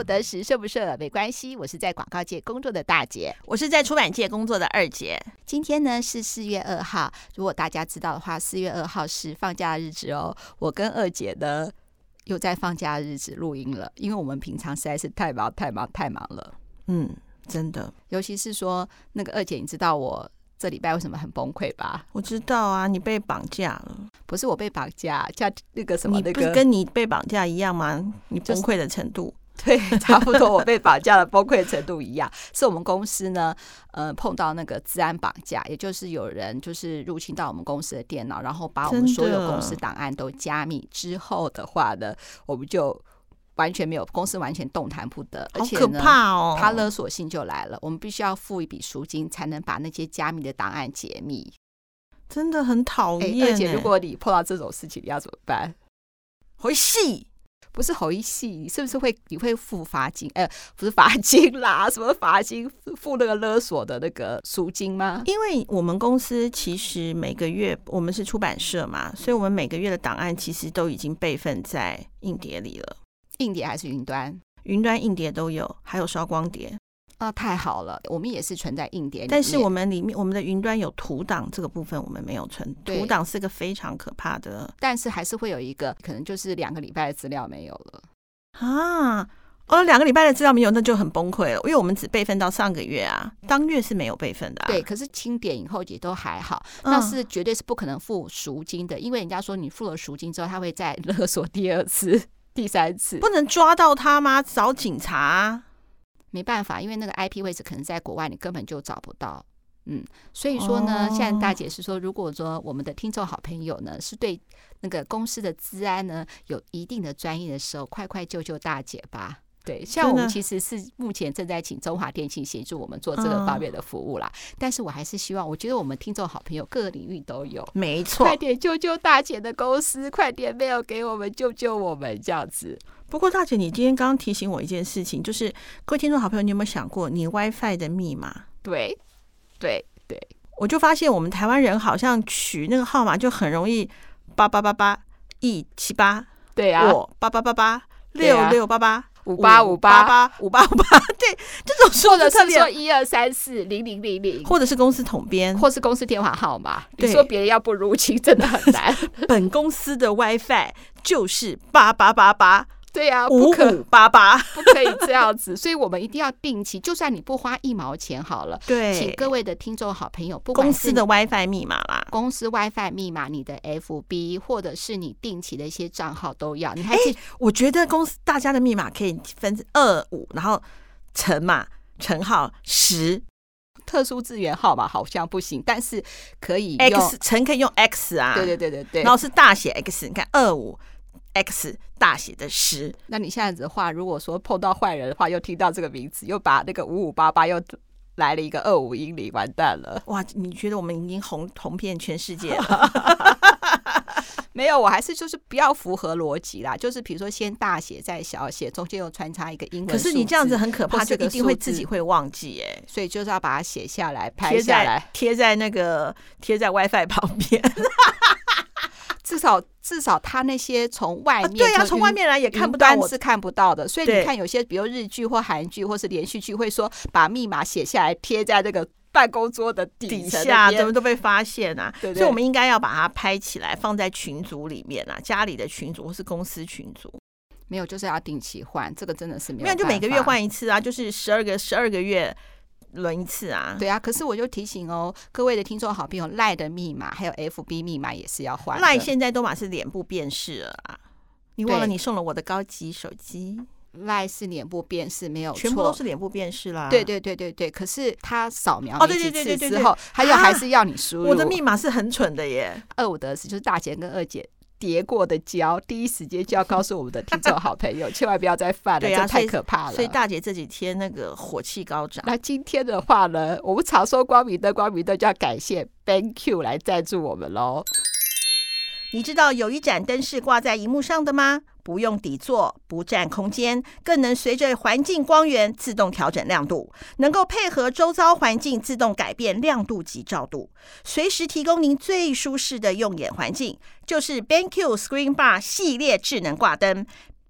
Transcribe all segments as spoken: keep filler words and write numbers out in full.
不得时，顺不顺耳没关系。我是在广告界工作的大姐， 我是在出版界工作的二姐。 今天呢是四月二号，如果大家知道的话，四月二号是放假日子哦。我跟二姐呢又在放假日子录音了，因为我们平常实在是太忙太忙太忙了。 嗯，真的， 尤其是说那个二姐，你知道我这礼拜为什么很崩溃吧？ 我知道啊，你被绑架了。 不是我被绑架，叫那个什么那个， 你不是跟你被绑架一样吗？你崩溃的程度。 对，差不多我被绑架的崩溃程度一样。是我们公司呢，呃，碰到那个资安绑架，也就是有人就是入侵到我们公司的电脑，然后把我们所有公司档案都加密之后的话呢，我们就完全没有，公司完全动弹不得，而且呢， 好可怕哦！ 他勒索性就来了，我们必须要付一笔赎金才能把那些加密的档案解密， 真的很讨厌、欸。 而且如果你碰到这种事情，你要怎么办？ 回戏。 不是吼一戏，你是不是会你会付罚金？呃，不是罚金啦，什么罚金？付那个勒索的那个赎金吗？ 因为我们公司其实每个月我们是出版社嘛，所以我们每个月的档案其实都已经备份在硬碟里了。 硬碟还是云端？ 云端、硬碟都有，还有烧光碟。 啊，太好了，我们也是存在硬碟里面， 但是我们里面我们的云端有图档，这个部分我们没有存。图档是个非常可怕的， 但是还是会有一个可能就是两个礼拜的资料没有了啊。哦，两个礼拜的资料没有，那就很崩溃了，因为我们只备份到上个月啊，当月是没有备份的、啊。 对，可是清点以后也都还好，那是绝对是不可能付赎金的，因为人家说你付了赎金之后，他会再勒索第二次、第三次， 不能抓到他吗？找警察、啊。 没办法，因为那个 I P 位置可能在国外，你根本就找不到。嗯，所以说呢，哦、现在大姐是说，如果说我们的听众好朋友呢，是对那个公司的资安呢有一定的专业的时候，快快救救大姐吧。对，像我们其实是目前正在请中华电信协助我们做这个方面的服务啦。嗯、但是我还是希望，我觉得我们听众好朋友各个领域都有， 没错， 快点救救大姐的公司，快点 mail 给我们，救救我们这样子。 不过大姐，你今天刚刚提醒我一件事情，就是各位听众好朋友，你有没有想过你 WiFi 的密码？ 对，对，对， 我就发现我们台湾人好像取那个号码就很容易八八八八一七八， 对啊， 我八八八八六六八八五八五八八五八五八，对，这种数字特别， 或者是说一二三四零零零零， 或者是公司统编， 或是公司电话号码。你说别人要不入侵，真的很难。 本公司的 WiFi 就是八八八八。 对呀、啊， 五五八八不可以这样子，所以我们一定要定期，就算你不花一毛钱好了， 对， 请各位的听众好朋友，不管是公司的 WiFi 密码啦， 公司 WiFi 密码，你的 F B 或者是你定期的一些账号都要。你还记、欸？ 我觉得公司大家的密码可以分二五，然后乘码乘号十。 特殊资源号码好像不行，但是可以用 X 乘可以用 X 啊， 对对对对对， 然后是大写 X， 你看二五。X 大写的十， 那你现在的话，如果说碰到坏人的话，又听到这个名字，又把那个五五八八又来了一个二五一零，完蛋了！ 哇，你觉得我们已经红红遍全世界了？ 没有，我还是就是不要符合逻辑啦，就是比如说先大写再小写，中间又穿插一个英文。 可是你这样子很可怕，就一定会自己会忘记哎、欸， 所以就是要把它写下来，拍下来， 贴在那个贴在 WiFi 旁边。 至少至少他那些从外面、啊、 对啊，从外面来也看不到， 我是看不到的。所以你看有些比如日剧或韩剧或是连续剧会说把密码写下来贴在这个办公桌的底, 底下，怎么都被发现啊？ 对对， 所以我们应该要把它拍起来放在群组里面啊，家里的群组或是公司群组。 没有，就是要定期换，这个真的是没有办法， 没有就每个月换一次啊，就是十二个十二个月轮一次啊。 对啊，可是我就提醒哦，各位的听众好朋友，赖的密码还有 F B 密码也是要换的。 赖现在都嘛是脸部辨识了啊，你忘了你送了我的高级手机。 赖是脸部辨识没有错， 全部都是脸部辨识啦。 对对对对对，可是他扫描没几次之后，他又还是要你输入。 我的密码是很蠢的耶。 二五得十，就是大姐跟二姐叠过的胶，第一时间就要告诉我们的听众好朋友，千万不要再犯了， 对啊， 这太可怕了。 所以大姐这几天那个火气高涨。 那今天的话呢，我们常说光明灯，光明灯就要感谢 BenQ 来赞助我们喽。 你知道有一盏灯是挂在萤幕上的吗？不用底座，不占空间，更能随着环境光源自动调整亮度，能够配合周遭环境自动改变亮度及照度，随时提供您最舒适的用眼环境。就是 BenQ Screen Bar 系列智能挂灯。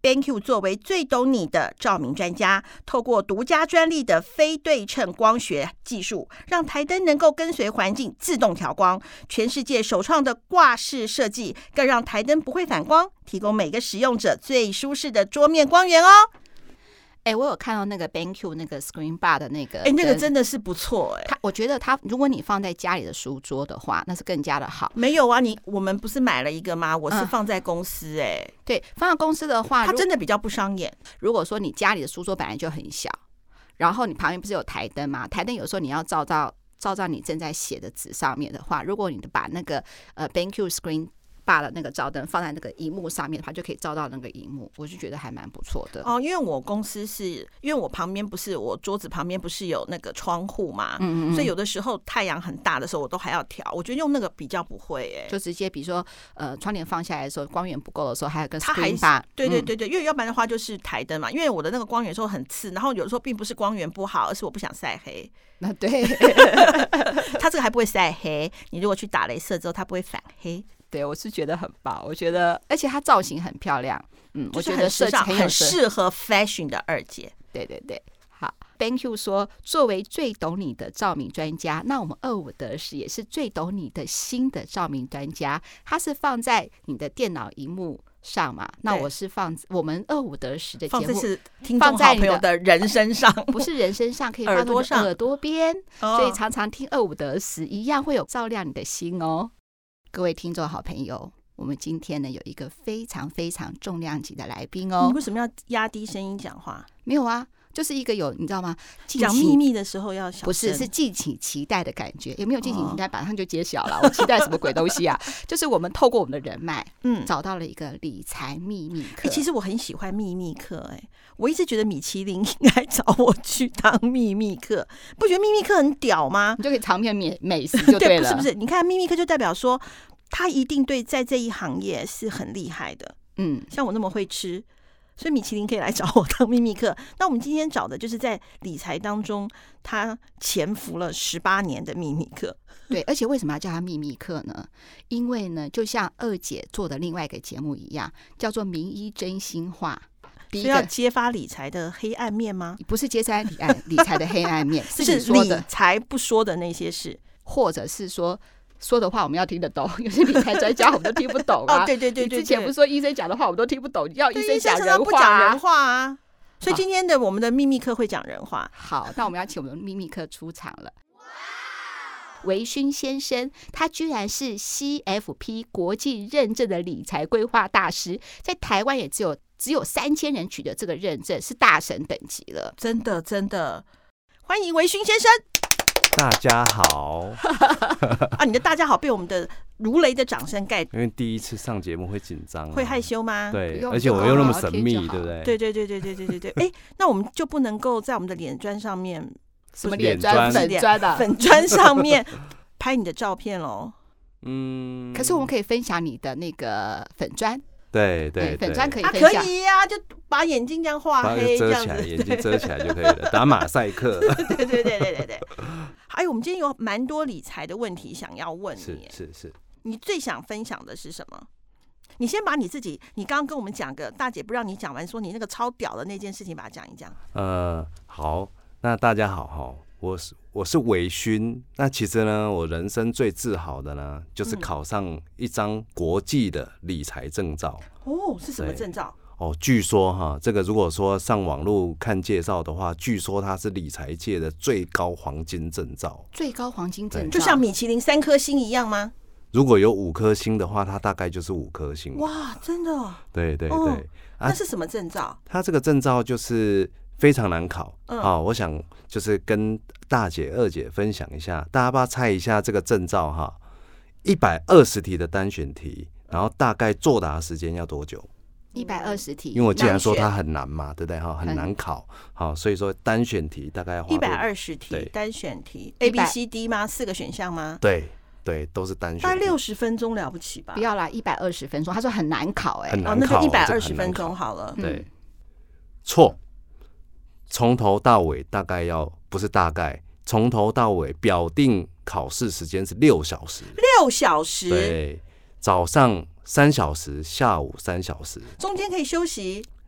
BenQ 作为最懂你的照明专家，透过独家专利的非对称光学技术，让台灯能够跟随环境自动调光。全世界首创的挂式设计，更让台灯不会反光，提供每个使用者最舒适的桌面光源哦。 哎、欸，我有看到那个 BenQ 那个 Screen Bar 的那个， 哎、欸，那个真的是不错哎、欸。 它，我觉得它，如果你放在家里的书桌的话，那是更加的好。 没有啊，你我们不是买了一个吗？我是放在公司哎、欸嗯。 对，放在公司的话， 它真的比较不伤眼。 如果说你家里的书桌本来就很小，然后你旁边不是有台灯吗？台灯有时候你要照到照到你正在写的纸上面的话，如果你把那个呃 BenQ Screen把的那个照灯放在那个荧幕上面的话，就可以照到那个荧幕，我就觉得还蛮不错的哦。因为我公司是因为我旁边不是我桌子旁边不是有那个窗户嘛，嗯嗯嗯，所以有的时候太阳很大的时候，我都还要调。我觉得用那个比较不会哎、欸， 就直接比如说呃窗帘放下来的时候，光源不够的时候，还有个 screen bar。 对对对对，因为要不然的话就是台灯嘛，因为我的那个光源有时候很刺，然后有的时候并不是光源不好，而是我不想晒黑。 那对， 它这个还不会晒黑，你如果去打雷射之后，它不会反黑。 对，我是觉得很棒，我觉得，而且它造型很漂亮，嗯， 就是我觉得设计很适合 fashion 的二姐。 对对对，好 ，BenQ 说，作为最懂你的照明专家，那我们二五得十也是最懂你的心的照明专家，它是放在你的电脑荧幕上嘛？那我是放我们二五得十的节目， 放这是听众好朋友的人身上， 不是人身上，可以放在耳朵上、耳朵边， 哦、 所以常常听二五得十，一样会有照亮你的心哦。各位听众好朋友，我们今天呢有一个非常非常重量级的来宾哦。 你为什么要压低声音讲话？ 没有啊，就是一个有你知道吗？ 讲秘密的时候要小声， 不是是敬请期待的感觉。有没有敬请期待？马上就揭晓了。我期待什么鬼东西啊？就是我们透过我们的人脉，嗯，找到了一个理财秘密课。 欸、其实我很喜欢秘密课，哎，我一直觉得米其林应该找我去当秘密课，不觉得秘密课很屌吗？ 你就可以尝遍美美食就对了。 对，不是不是，你看秘密课就代表说他一定对在这一行业是很厉害的。嗯，像我那么会吃。所以米其林可以来找我当秘密课。那我们今天找的就是在理财当中他潜伏了十八年的秘密课。 对，而且为什么要叫他秘密课呢？因为呢，就像二姐做的另外一个节目一样，叫做名医真心话。 所以要揭发理财的黑暗面吗？ 不是揭发理财理财的黑暗面， 是理财不说的那些事， 或者是说。说的话我们要听得懂，有些理财专家我们都听不懂啊。 哦，对对对 对, 对， 之前不是说医生讲的话我们都听不懂，要医生讲人话、啊， 不讲人话啊。所以今天的我们的秘密课会讲人话。 好，那我们要请我们的秘密课出场了。维勋先生，他居然是 C F P 国际认证的理财规划大师，在台湾也只有只有三千人取得这个认证，是大神等级了。 真的真的，欢迎维勋先生。 大家好啊！你的大家好被我们的如雷的掌声盖， 因为第一次上节目会紧张、啊， 会害羞吗？ 对，而且我又那么神秘，对不对？ 对对对对对对对对。哎，那我们就不能够在我们的脸砖上面， 什么脸砖、粉砖的粉砖上面拍你的照片喽？ 嗯， 可是我们可以分享你的那个粉砖。 对对对， 粉砖可以分享、啊、可以呀、啊，就把眼睛这样画黑， 遮起来，眼睛遮起来就可以了，打马赛克。 对对对对对对。还有，我们今天有蛮多理财的问题想要问你， 是是是。 你最想分享的是什么？你先把你自己，你刚刚跟我们讲个大姐不让你讲完，说你那个超屌的那件事情，把它讲一讲。 呃，好，那大家好哈，我是我是维勋。那其实呢，我人生最自豪的呢，就是考上一张国际的理财证照。 哦，是什么证照？ 哦，据说哈，这个如果说上网络看介绍的话，据说它是理财界的最高黄金证照。 最高黄金证照， 就像米其林三颗星一样吗？ 如果有五颗星的话，它大概就是五颗星。 哇，真的？ 对对对、 哦啊，那是什么证照？ 它这个证照就是非常难考。嗯，好、哦，我想就是跟大姐、二姐分享一下，大家要不要猜一下这个证照哈？一百二十题的单选题，然后大概作答时间要多久？ 一百二十题， 因为我既然说它很难嘛，对不对哈？很难考，好，所以说单选题大概要花一百二十题，单选题 A B C D 吗？四个选项吗？ 对对，都是单选题， 大概六十分钟了不起吧？ 不要啦，一百二十分钟，他说很难考哎、欸， 很难考， 哦，那就一百二十分钟好了。 对，错，从头到尾大概要不是大概，从头到尾表定考试时间是六小时， 六小时， 对，早上三小时，下午三小时， 中间可以休息。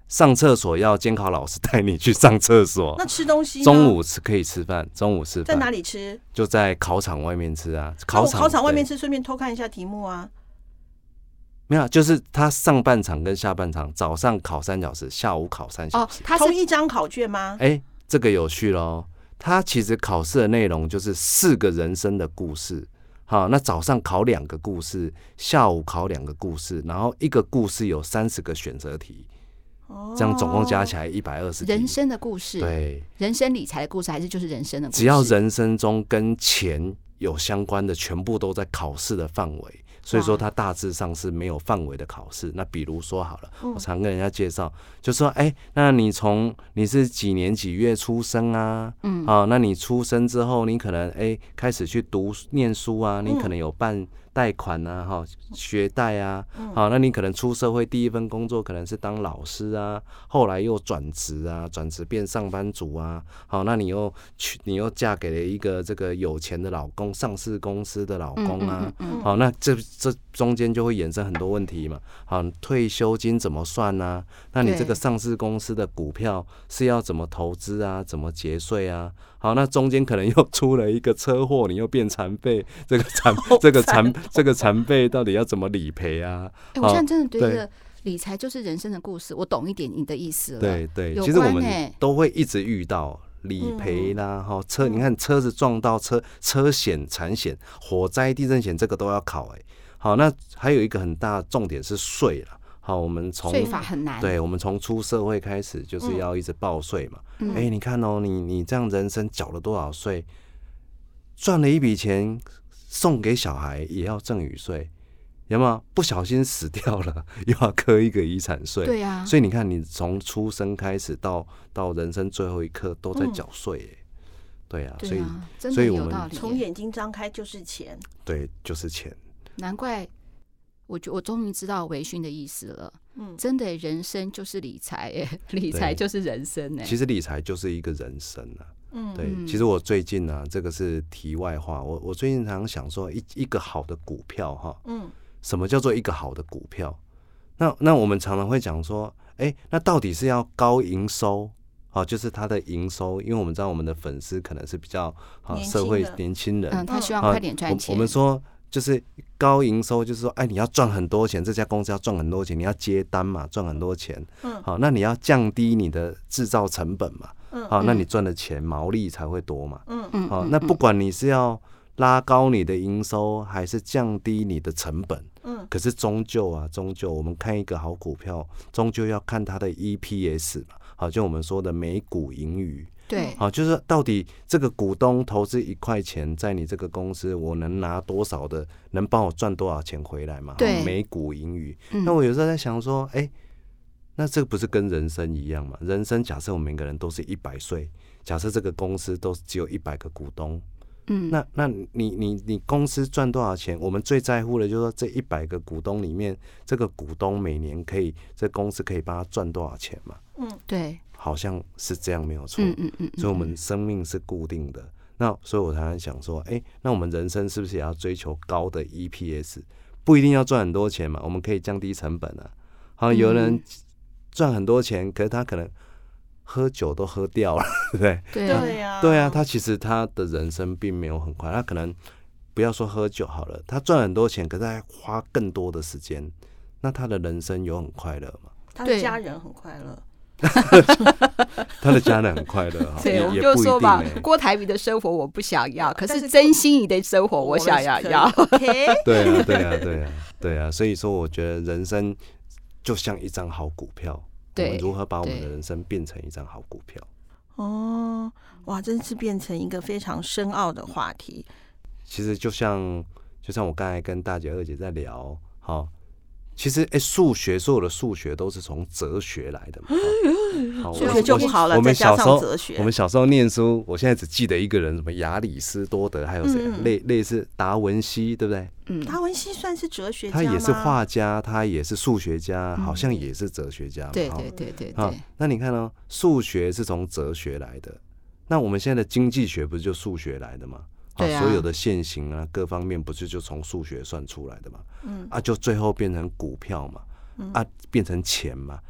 上厕所要监考老师带你去上厕所。 那吃东西呢？ 中午吃可以吃饭，中午吃饭在哪里吃？ 就在考场外面吃啊。 考场考场外面吃，顺便偷看一下题目啊。 没有，就是他上半场跟下半场，早上考三小时，下午考三小时。哦， 他是同一张考卷吗？ 哎、欸，这个有趣咯。他其实考试的内容就是四个人生的故事。好，那早上考两个故事，下午考两个故事，然后一个故事有三十个选择题。哦，这样总共加起来一百二十题。 人生的故事， 对， 人生理财的故事，还是就是人生的故事？ 只要人生中跟钱有相关的，全部都在考试的范围。所以说它大致上是没有范围的考试。那比如说好了，我常跟人家介绍，就说哎、欸，那你从你是几年几月出生啊？嗯，啊，那你出生之后，你可能哎、欸、开始去读念书啊，你可能有办贷款啊，哈，学贷啊，好，那你可能出社会第一份工作可能是当老师啊，后来又转职啊，转职变上班族啊，好，那你又去你又嫁给了一个这个有钱的老公，上市公司的老公啊，好，那这这中间就会衍生很多问题嘛。好，退休金怎么算啊？那你这个上市公司的股票是要怎么投资啊？怎么节税啊？好，那中间可能又出了一个车祸，你又变残废，这个残这个残这个残废到底要怎么理赔啊？ 欸、我现在真的觉得理财就是人生的故事，我懂一点你的意思了。 对对，其实我们都会一直遇到。理赔啦，哈、嗯、车，你看车子撞到车，车险、产险、火灾、地震险，这个都要考哎、欸。好，那还有一个很大的重点是税了。好，我们从税法很难， 对，我们从出社会开始就是要一直报税嘛。哎、嗯欸，你看哦，你你这样人生缴了多少税？赚了一笔钱送给小孩也要赠与税。有没有不小心死掉了，又要课一个遗产税？ 对呀、啊， 所以你看，你从出生开始到到人生最后一刻都在缴税，哎、嗯，对啊，所以真的所以我们从眼睛张开就是钱， 对，就是钱。 难怪我我终于知道微醺的意思了。嗯，真的，人生就是理财，哎，理财就是人生，哎， 其实理财就是一个人生啊。嗯，对，其实我最近呢、啊，这个是题外话，我我最近常常想说一，一一个好的股票哈，嗯。什么叫做一个好的股票？那那我们常常会讲说，哎、欸，那到底是要高营收，好，就是它的营收，因为我们知道我们的粉丝可能是比较好社会年轻人， 嗯，他希望快点赚钱。 我们说就是高营收，就是说，哎，你要赚很多钱，这家公司要赚很多钱，你要接单嘛，赚很多钱，嗯，好，那你要降低你的制造成本嘛，嗯，好，那你赚的钱毛利才会多嘛，嗯嗯，好，那不管你是要拉高你的营收还是降低你的成本，嗯，可是终究啊，终究我们看一个好股票，终究要看它的 E P S 嘛，好，就我们说的每股盈余， 对， 好，就是到底这个股东投资一块钱在你这个公司，我能拿多少的，能帮我赚多少钱回来嘛？ 对， 每股盈余、嗯。那我有时候在想说，哎、欸，那这个不是跟人生一样嘛？人生假设我们每个人都是一百岁，假设这个公司都只有一百个股东。嗯，那那你你你公司赚多少钱？我们最在乎的就是说，这一百个股东里面，这个股东每年可以，这公司可以帮他赚多少钱嘛？ 嗯，对， 好像是这样，没有错。嗯嗯嗯，所以我们生命是固定的。那所以我常常想说，哎、欸，那我们人生是不是也要追求高的 E P S？ 不一定要赚很多钱嘛，我们可以降低成本啊。好，有人赚很多钱，可是他可能喝酒都喝掉了，对不对？ 对呀， 对啊，他其实他的人生并没有很快，他可能不要说喝酒好了，他赚很多钱，可是他还花更多的时间，那他的人生有很快乐吗？ 他的家人很快乐， 他的家人很快乐， 对，我们就说吧，郭台铭的生活我不想要，可是曾心怡的生活我想要要。 对啊，对啊，对啊，对啊，所以说我觉得人生就像一张好股票。我们如何把我们的人生变成一张好股票？ 哦，哇，真是变成一个非常深奥的话题。 其实就像就像我刚才跟大姐二姐在聊，好，其实哎，数学所有的数学都是从哲学来的嘛。 数学就不好了， 我们小时候哲学， 我们小时候念书，我现在只记得一个人，什么亚里士多德，还有谁、嗯？类类似达文西，对不对？ 嗯，达文西算是哲学家吗？ 他也是画家，他也是数学家，好像也是哲学家嘛。 对对对对对。 那你看哦，数学是从哲学来的，那我们现在的经济学不是就数学来的吗？ 对啊。 所有的线型啊，各方面不是就从数学算出来的嘛？嗯。啊，就最后变成股票嘛，嗯、啊，变成钱嘛。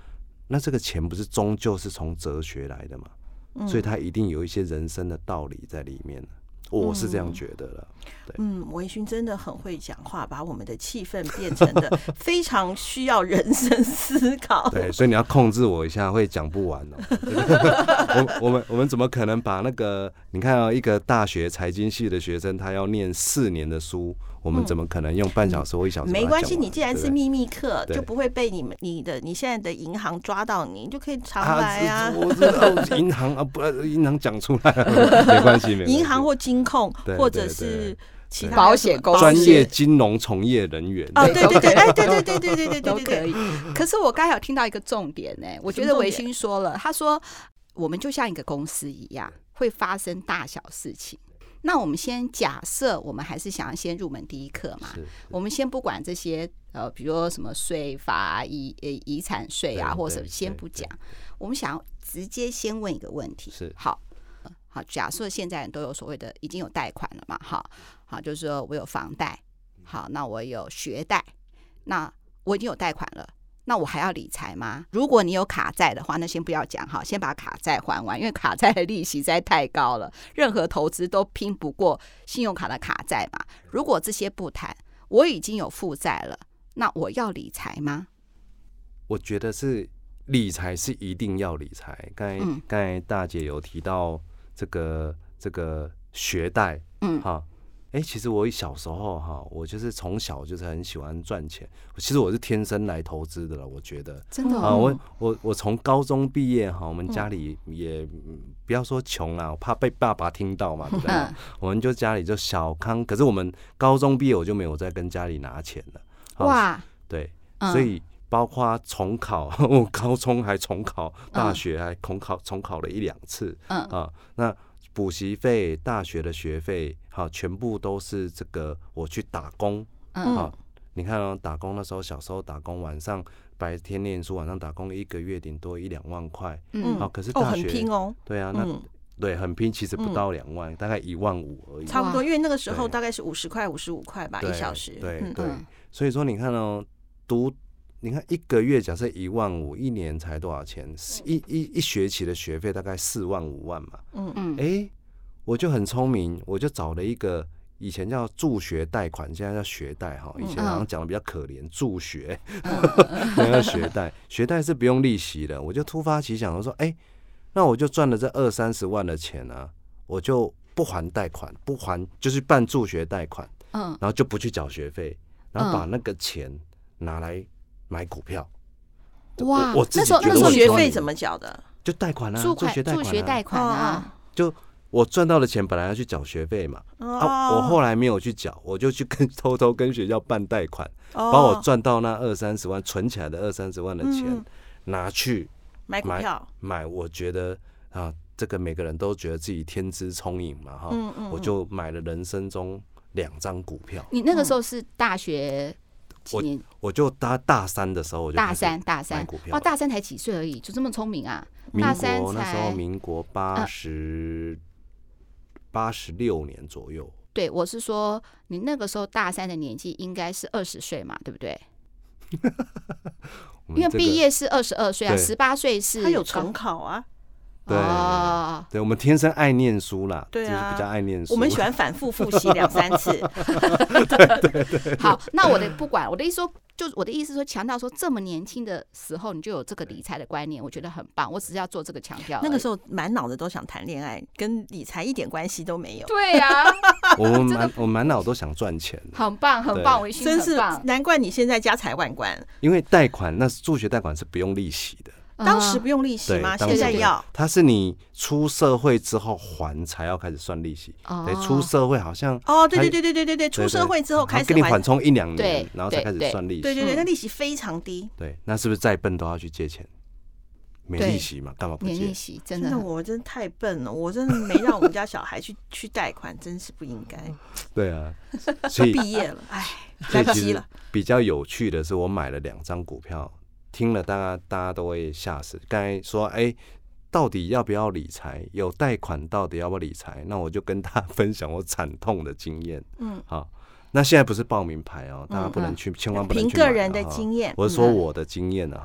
那这个钱不是终究是从哲学来的嘛？嗯、所以它一定有一些人生的道理在里面。我是这样觉得了。对， 嗯，维勋真的很会讲话，把我们的气氛变成的非常需要人生思考。 对，所以你要控制我一下，会讲不完哦。我我们我们怎么可能把那个你看啊、哦，一个大学财经系的学生，他要念四年的书，我们怎么可能用半小时或一小时、嗯？ 没关系，你既然是秘密课，就不会被你们你的你现在的银行抓到你，你就可以常来啊。 啊我知道银行啊，不，银行讲出来了，没关系，没关系。 银行或金控，或者是。其他保险公司、 专业金融从业人员啊，对对对，哎，对对对对对对， 都可以。可是我刚才有听到一个重点呢、欸，我觉得维勋说了，他说我们就像一个公司一样，会发生大小事情。那我们先假设，我们还是想要先入门第一课嘛，我们先不管这些呃，比如说什么税法、遗遗产税啊，或者什么，先不讲，我们想要直接先问一个问题， 是好。好，假设现在人都有所谓的已经有贷款了嘛，好，好，就是说我有房贷，好，那我有学贷，那我已经有贷款了，那我还要理财吗？如果你有卡债的话，那先不要讲，好，先把卡债还完，因为卡债的利息实在太高了，任何投资都拼不过信用卡的卡债嘛。如果这些不谈，我已经有负债了，那我要理财吗？ 我觉得是理财是一定要理财。刚才刚、嗯、才大姐有提到。这个这个学贷，嗯，哈，哎、欸，其实我小时候哈，我就是从小就是很喜欢赚钱。其实我是天生来投资的了，我觉得真的、哦、 啊，我我我从高中毕业哈，我们家里也、嗯、不要说穷啦，我怕被爸爸听到嘛，对不对？嗯、我们就家里就小康，可是我们高中毕业我就没有再跟家里拿钱了。 哇， 对，嗯、所以。包括重考，我高中还重考，大学还重考，重考了一两次。嗯啊，那补习费、大学的学费，好，全部都是这个我去打工。嗯啊，你看哦，打工那时候，小时候打工，晚上白天念书，晚上打工，一个月顶多一两万块。嗯，好，可是大学、 哦、很拼哦。 对啊，那、嗯、对很拼，其实不到两万，嗯、大概一万五而已。 差不多，因为那个时候大概是五十块、五十五块吧，一小时。 对对、嗯、对，所以说你看哦，读。你看一个月假设一万五，一年才多少钱？一一一学期的学费大概四万五万嘛。嗯嗯。哎、欸，我就很聪明，我就找了一个以前叫助学贷款，现在叫学贷哈。以前好像讲的比较可怜，助学，现在叫学贷。学贷是不用利息的，我就突发奇想，我说，哎、欸，那我就赚了这二三十万的钱啊，我就不还贷款，不还就是办助学贷款，嗯，然后就不去缴学费，然后把那个钱拿来。买股票， 哇！ 我自己觉得那时候学费怎么缴的？ 就贷款啊， 助学贷款、啊， 助学贷款啊。 就我赚到的钱本来要去缴学费嘛，哦、啊，我后来没有去缴，我就去跟偷偷跟学校办贷款，哦、把我赚到那二三十万存起来的二三十万的钱、嗯、拿去买股票， 买。我觉得啊，这个每个人都觉得自己天资聪颖嘛，哈、嗯嗯，我就买了人生中两张股票。 你那个时候是大学？ 我我就大大三的时候我就大三大三哇，大三才几岁而已，就这么聪明啊！大三民国那时候民国八十八十六年左右。 对，我是说你那个时候大三的年纪应该是二十岁嘛，对不对？因为毕业是二十二岁啊，十八岁是他有重考啊。 对、哦、对，我们天生爱念书啦， 对啊， 就是比较爱念书。 我们喜欢反复复习两三次。 对对对。 好，那我的不管，我的意思说，就我的意思说，强调说这么年轻的时候你就有这个理财的观念，我觉得很棒。我只是要做这个强调。 那个时候满脑子都想谈恋爱，跟理财一点关系都没有。 对呀、啊， 我们满我满脑都想赚钱。 很棒，很棒，维勋， 真是难怪你现在家财万贯。 因为贷款，那助学贷款是不用利息的。 当时不用利息吗？现在要？ 它是你出社会之后还才要开始算利息。哦，对，出社会好像哦，对对对对对对对，出社会之后开始给你缓冲一两年，然后才开始算利息。 对对对，那利息非常低。 对，那是不是再笨都要去借钱？没利息嘛，干嘛不借？ 没利息，真的， 真的我真的太笨了，我真的没让我们家小孩去去贷款，真是不应该。 对啊，所以毕业了，哎，来不及了。 比较有趣的是，我买了两张股票。听了大家大家都会吓死。刚才说，哎、欸，到底要不要理财？有贷款到底要不要理财？那我就跟大家分享我惨痛的经验。嗯，好，那现在不是报名牌哦，大家不能去，嗯、千万不能去买。 凭个人的经验， 我是说我的经验了哈。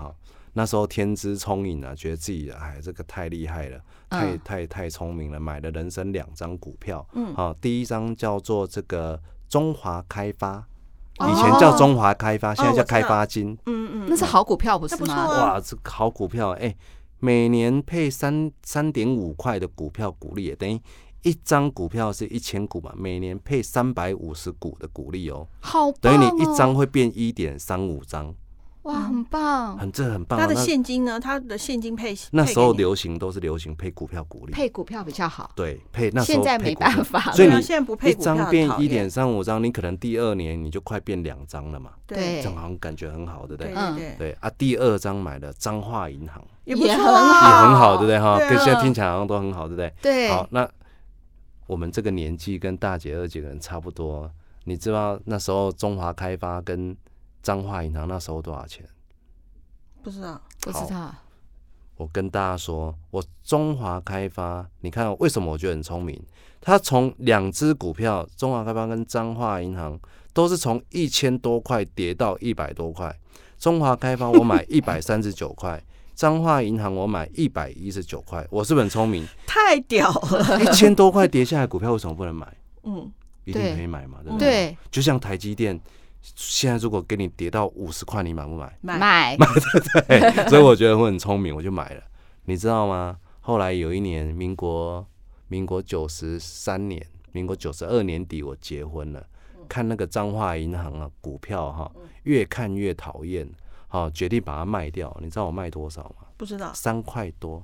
那时候天资聪颖啊，觉得自己哎这个太厉害了，太、 嗯、 太太聪明了，买了人生两张股票。 嗯， 好、哦，第一张叫做这个中华开发。 哦、 以前叫中华开发，现在叫开发金。 嗯嗯， 那是好股票不是吗？ 啊、 哇，这个好股票，哎、欸，每年配三三点五块的股票股利，等于一张股票是一千股嘛，每年配三百五十股的股利哦， 好棒哦， 等于你一张会变一点三五张。 哇，很棒， 很这很棒、 啊。他的现金呢？他的现金配那时候流行都是流行配股票股利， 配股票比较好。 对，配那时候现在没办法了， 所以你现在不配股票一张变一点三五张，你可能第二年你就快变两张了嘛。 对， 这样好像感觉很好，对不对？ 对对对啊，第二张买了彰化银行， 也不错、啊， 也很好，对不对？哈，跟啊、 现在听起来好像都很好，对不对？ 对。 好，那我们这个年纪跟大姐二姐的人差不多，你知道那时候中华开发跟彰化银行那时候多少钱？ 不知道， 不知道。 我跟大家说，我中华开发，你看为什么我觉得很聪明？他从两只股票，中华开发跟彰化银行，都是从一千多块跌到一百多块。中华开发我买一百三十九块，彰化银行我买一百一十九块。我是不是很聪明？ 太屌了！ 一千多块跌下来，股票为什么不能买？ 嗯， 一定可以买嘛，对不对？ 对，就像台积电。现在如果给你跌到五十块，你买不买？ 买， 对对，所以我觉得我很聪明，我就买了。你知道吗？后来有一年，民国民国九十三年，民国九十二年底，我结婚了。看那个彰化银行啊，股票哈、啊，越看越讨厌，好、啊，决定把它卖掉。你知道我卖多少吗？ 不知道， 三块多。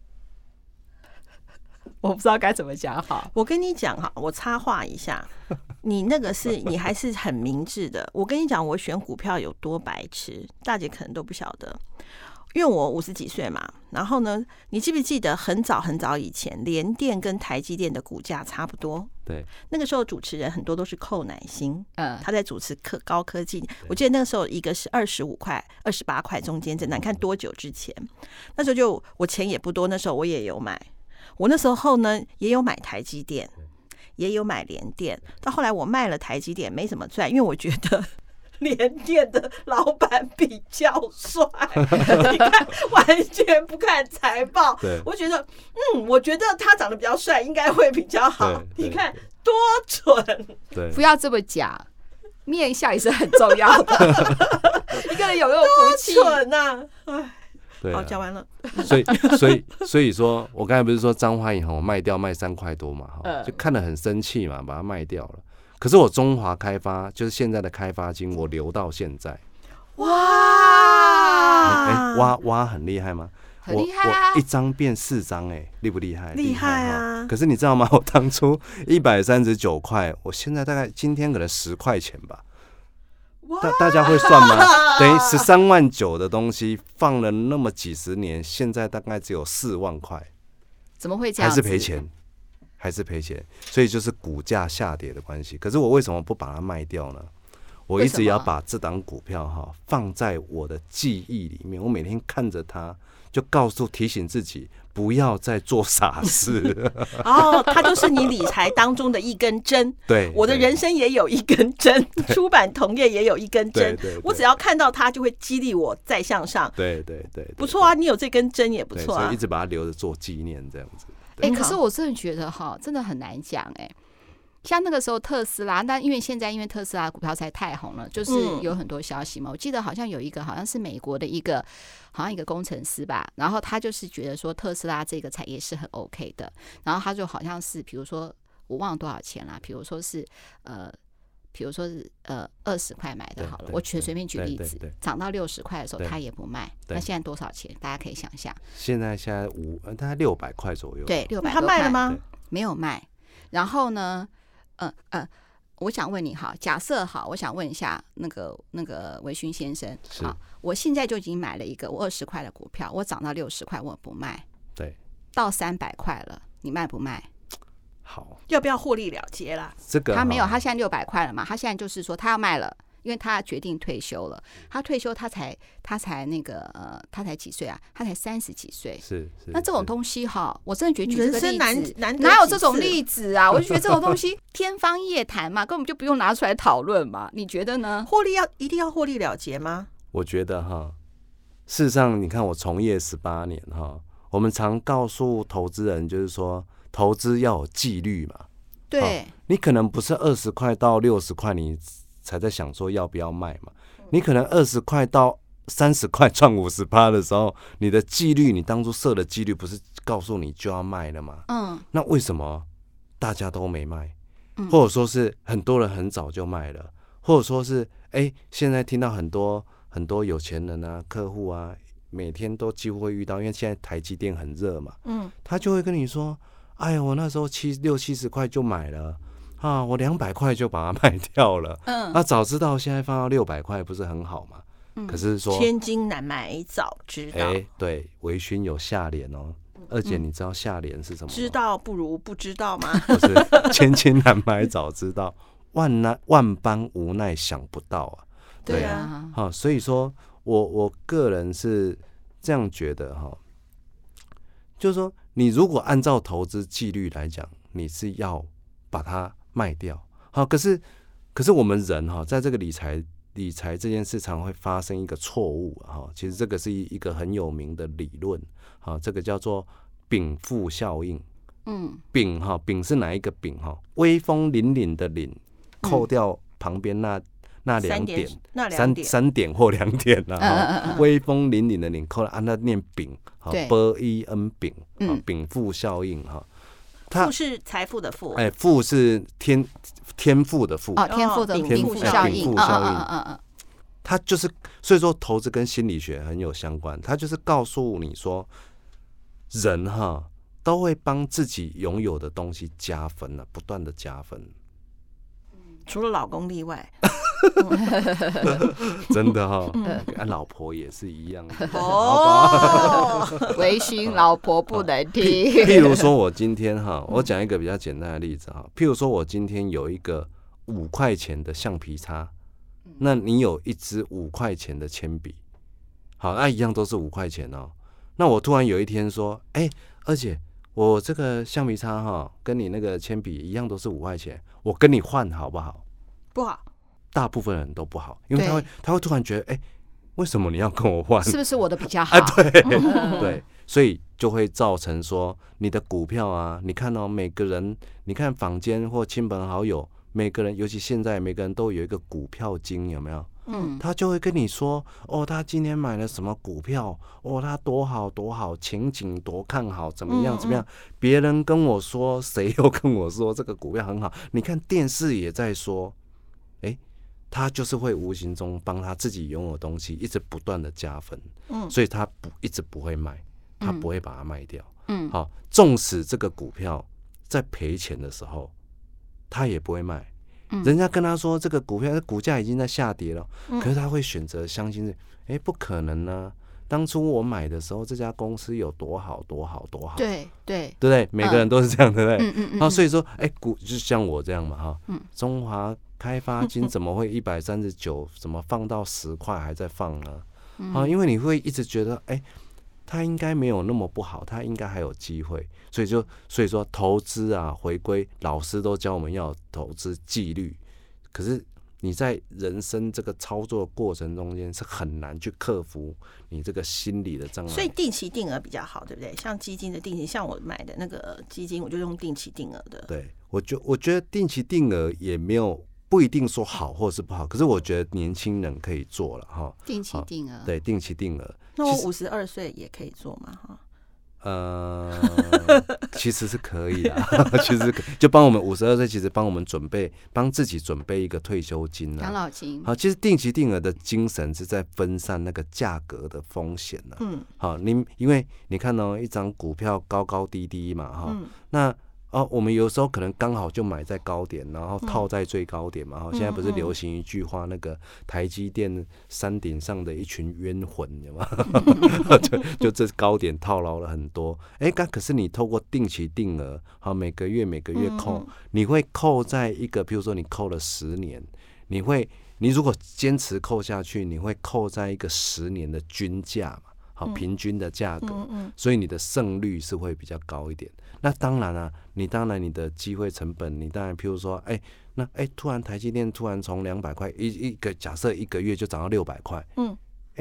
我不知道该怎么讲好。 我跟你讲哈，我插话一下，你那个是你还是很明智的。我跟你讲，我选股票有多白痴，大姐可能都不晓得。因为我五十几岁嘛，然后呢，你记不记得很早很早以前，联电跟台积电的股价差不多？ 对， 那个时候主持人很多都是寇乃馨， 嗯， 他在主持科高科技。我记得那个时候一个是二十五块、二十八块中间，这难看多久之前？那时候就我钱也不多，那时候我也有买。我那时候呢也有买台积电，也有买联电，到后来我卖了台积电没怎么赚，因为我觉得联电的老板比较帅，你看完全不看财报，我觉得嗯，我觉得他长得比较帅，应该会比较好。你看多蠢， 对， 不要这么讲，面相也是很重要的。一个人有没有福气？ 多蠢呐！哎。 对啊、 好，讲完了。 所以，所以，所以说我刚才不是说彰化银行我卖掉卖三块多嘛，就看得很生气嘛，把它卖掉了。可是我中华开发就是现在的开发金，我留到现在。 哇！ 哎、欸，挖挖很厉害吗？ 很厉害啊！ 我我一张变四张，哎，厉不厉害？ 厉害啊！ 可是你知道吗？我当初一百三十九块，我现在大概今天可能十块钱吧。大大家会算吗？等于十三万九的东西放了那么几十年，现在大概只有四万块， 怎么会这样？ 还是赔钱，还是赔钱，所以就是股价下跌的关系。可是我为什么不把它卖掉呢？我一直要把这档股票哈放在我的记忆里面，我每天看着它，就告诉提醒自己不要再做傻事。 哦，它就是你理财当中的一根针。 对， 我的人生也有一根针，出版同业也有一根针。 对对对， 我只要看到它，就会激励我再向上。 对对 对, 对， 不错啊，你有这根针也不错啊。 所以一直把它留着做纪念，这样子。 哎、欸，可是我真的觉得哈，真的很难讲哎、欸。像那个时候特斯拉，但因为现在因为特斯拉股票实在太红了，就是有很多消息嘛。我记得好像有一个好像是美国的一个好像一个工程师吧，然后他就是觉得说特斯拉这个产业是很 OK 的，然后他就好像是比如说我忘了多少钱啦，比如说是呃，比如说是呃二十块买的好了，我全随便举例子，涨到六十块的时候他也不卖，那现在多少钱？大家可以想象。 现在现在五大概六百块左右。 对，六百。 他卖了吗？ 没有卖。然后呢？呃呃，我想问你哈，假设好，我想问一下那个那个维勋先生，好，我现在就已经买了一个我二十块的股票，我涨到六十块，我不卖， 对， 到三百块了，你卖不卖？ 好， 要不要获利了结啦？ 这个他没有，他现在六百块了嘛，他现在就是说他要卖了。因为他决定退休了，他退休他才他才那个呃，他才几岁啊？他才三十几岁。 是是。 那这种东西哈，我真的觉得举这个例子， 难哪有这种例子啊？我就觉得这种东西天方夜谭嘛，根本就不用拿出来讨论嘛。你觉得呢？ 获利要一定要获利了结吗？ 我觉得哈， 事实上，你看我从业十八年哈，我们常告诉投资人，就是说投资要有纪律嘛。 对， 你可能不是二十块到六十块，你才在想说要不要卖嘛。你可能二十块到三十块赚五十趴的时候，你的纪律，你当初设的纪律不是告诉你就要卖了吗？嗯，那为什么大家都没卖？嗯、或者说是很多人很早就卖了，或者说是哎、欸，现在听到很多很多有钱人啊、客户啊，每天都几乎会遇到，因为现在台积电很热嘛，嗯，他就会跟你说，哎呀，我那时候七六七十块就买了。啊，我两百块就把它卖掉了。嗯，那、啊、早知道现在放到六百块，不是很好吗？嗯，可是说千金难买早知道。哎、 欸，对，微醺有下联哦。二姐，你知道下联是什么吗？ 知道不如不知道吗？ 不是，千金难买早知道，万难万般无奈想不到啊。 对啊， 好、啊，所以说我我个人是这样觉得哈，就是说，你如果按照投资纪律来讲，你是要把它卖掉，好，可是可是我们人哈，在这个理财理财这件事常会发生一个错误哈，其实这个是一个很有名的理论，好，这个叫做禀赋效应。嗯，丙哈丙是哪一个丙哈？威风凛凛的凛，扣掉旁边那、嗯、那两点， 那两点三三点或两点啊。嗯嗯嗯威风凛凛的凛，扣了按它念丙，好 ，b e n 丙，嗯，禀赋效应哈。 富是财富的富， 哎，富是天天赋的富， 哦，天赋的禀赋效应， 禀赋效应，嗯嗯嗯，它就是，所以说投资跟心理学很有相关，它就是告诉你说，人哈都会帮自己拥有的东西加分啊，不断的加分， 除了老公例外。 真的哈、哦，嗯、老婆也是一样的。 哦， 微醺老婆不能听。 譬如说，我今天哈，我讲一个比较简单的例子哈。譬如说，我今天有一个五块钱的橡皮擦，那你有一支五块钱的铅笔，好，那一样都是五块钱哦。那我突然有一天说，哎、欸，二姐，我这个橡皮擦哈，跟你那个铅笔一样都是五块钱，我跟你换好不好？ 不好。 大部分人都不好，因为他会他会突然觉得，哎、欸，为什么你要跟我换？ 是不是我的比较好？ 啊、对、嗯、对，所以就会造成说，你的股票啊，你看到、哦、每个人，你看坊间或亲朋好友，每个人，尤其现在每个人都有一个股票经，有没有？嗯，他就会跟你说，哦，他今天买了什么股票，哦，他多好多好，前景多看好，怎么样怎么样？别、嗯嗯、人跟我说，谁又跟我说这个股票很好？你看电视也在说，哎、欸。他就是会无形中帮他自己拥有的东西一直不断的加分，嗯，所以他不一直不会卖，他不会把它卖掉，嗯，好，纵使这个股票在赔钱的时候，他也不会卖，嗯，人家跟他说这个股票股价已经在下跌了，嗯，可是他会选择相信是，哎、欸，不可能啊，当初我买的时候这家公司有多好多好多好， 对对对不对？每个人都是这样，对不对？ 嗯嗯嗯， 好，所以说，哎、欸，股就像我这样嘛，哈，嗯，中华开发金怎么会一百三十九？怎么放到十块还在放呢？嗯、啊，因为你会一直觉得，哎、欸，它应该没有那么不好，它应该还有机会，所以就所以说投资啊，回归老师都教我们要投资纪律，可是你在人生这个操作过程中间是很难去克服你这个心理的障碍， 所以定期定额比较好，对不对？像基金的定期，像我买的那个基金，我就用定期定额的。 对，我觉我觉得定期定额也没有不一定说好或是不好，可是我觉得年轻人可以做了哈。 定期定额， 对，定期定额。 那我五十二岁也可以做吗？哈。 呃，其实是可以的，其实就帮我们五十二岁，其实帮我们准备，帮自己准备一个退休金、啊、 养老金。 好，其实定期定额的精神是在分散那个价格的风险呢、啊。嗯，好，你因为你看哦，一张股票高高低低嘛，哈、嗯，那。哦，我们有时候可能刚好就买在高点，然后套在最高点嘛。哈、嗯，现在不是流行一句话，那个台积电山顶上的一群冤魂，有吗？就就这高点套牢了很多。哎、欸，可是你透过定期定额，好，每个月每个月扣，嗯、你会扣在一个，比如说你扣了十年，你会，你如果坚持扣下去，你会扣在一个十年的均价嘛。好，平均的价格、嗯嗯，所以你的胜率是会比较高一点。那当然啊，你当然你的机会成本，你当然譬如说，哎、欸，那哎、欸，突然台积电突然从两百块一一个假设一个月就涨到六百块，嗯，哎、欸，